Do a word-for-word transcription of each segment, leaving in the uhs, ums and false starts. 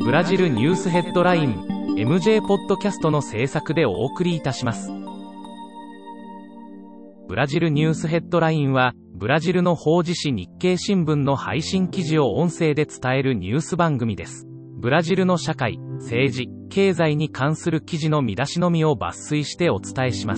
ブラジルニュースヘッドライン エムジェー ポッドキャストの制作でお送りいたします。ブラジルニュースヘッドラインは、ブラジルの法事紙日経新聞の配信記事を音声で伝えるニュース番組です。ブラジルの社会、政治、経済に関する記事の見出しのみを抜粋してお伝えします。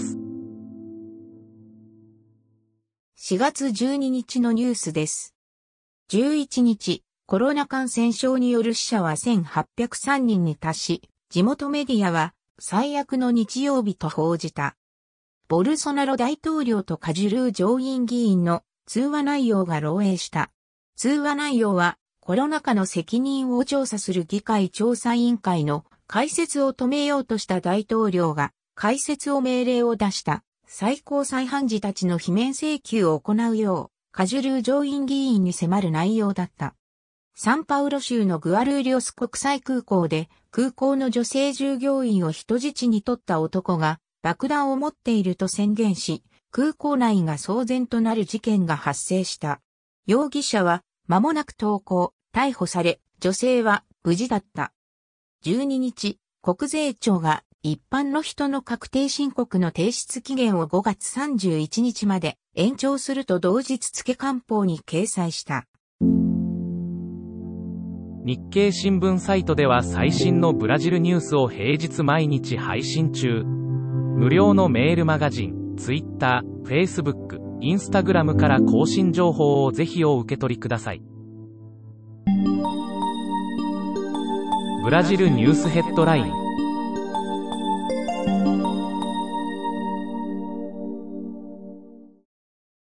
しがつじゅうににちのニュースです。じゅういちにち、コロナ感染症による死者はせんはっぴゃくさんにんに達し、地元メディアは最悪の日曜日と報じた。ボルソナロ大統領とカジュルー上院議員の通話内容が漏洩した。通話内容はコロナ禍の責任を調査する議会調査委員会の開設を止めようとした大統領が開設を命令を出した最高裁判事たちの罷免請求を行うようカジュルー上院議員に迫る内容だった。サンパウロ州のグアルーリオス国際空港で空港の女性従業員を人質に取った男が爆弾を持っていると宣言し、空港内が騒然となる事件が発生した。容疑者は間もなく投降、逮捕され、女性は無事だった。じゅうににち、国税庁が一般の人の確定申告の提出期限をごがつさんじゅういちにちまで延長すると同日付官報に掲載した。 日経新聞サイトでは最新のブラジルニュースを平日毎日配信中。無料のメールマガジン、Twitter、Facebook、Instagram から更新情報をぜひお受け取りください。ブラジルニュースヘッドライン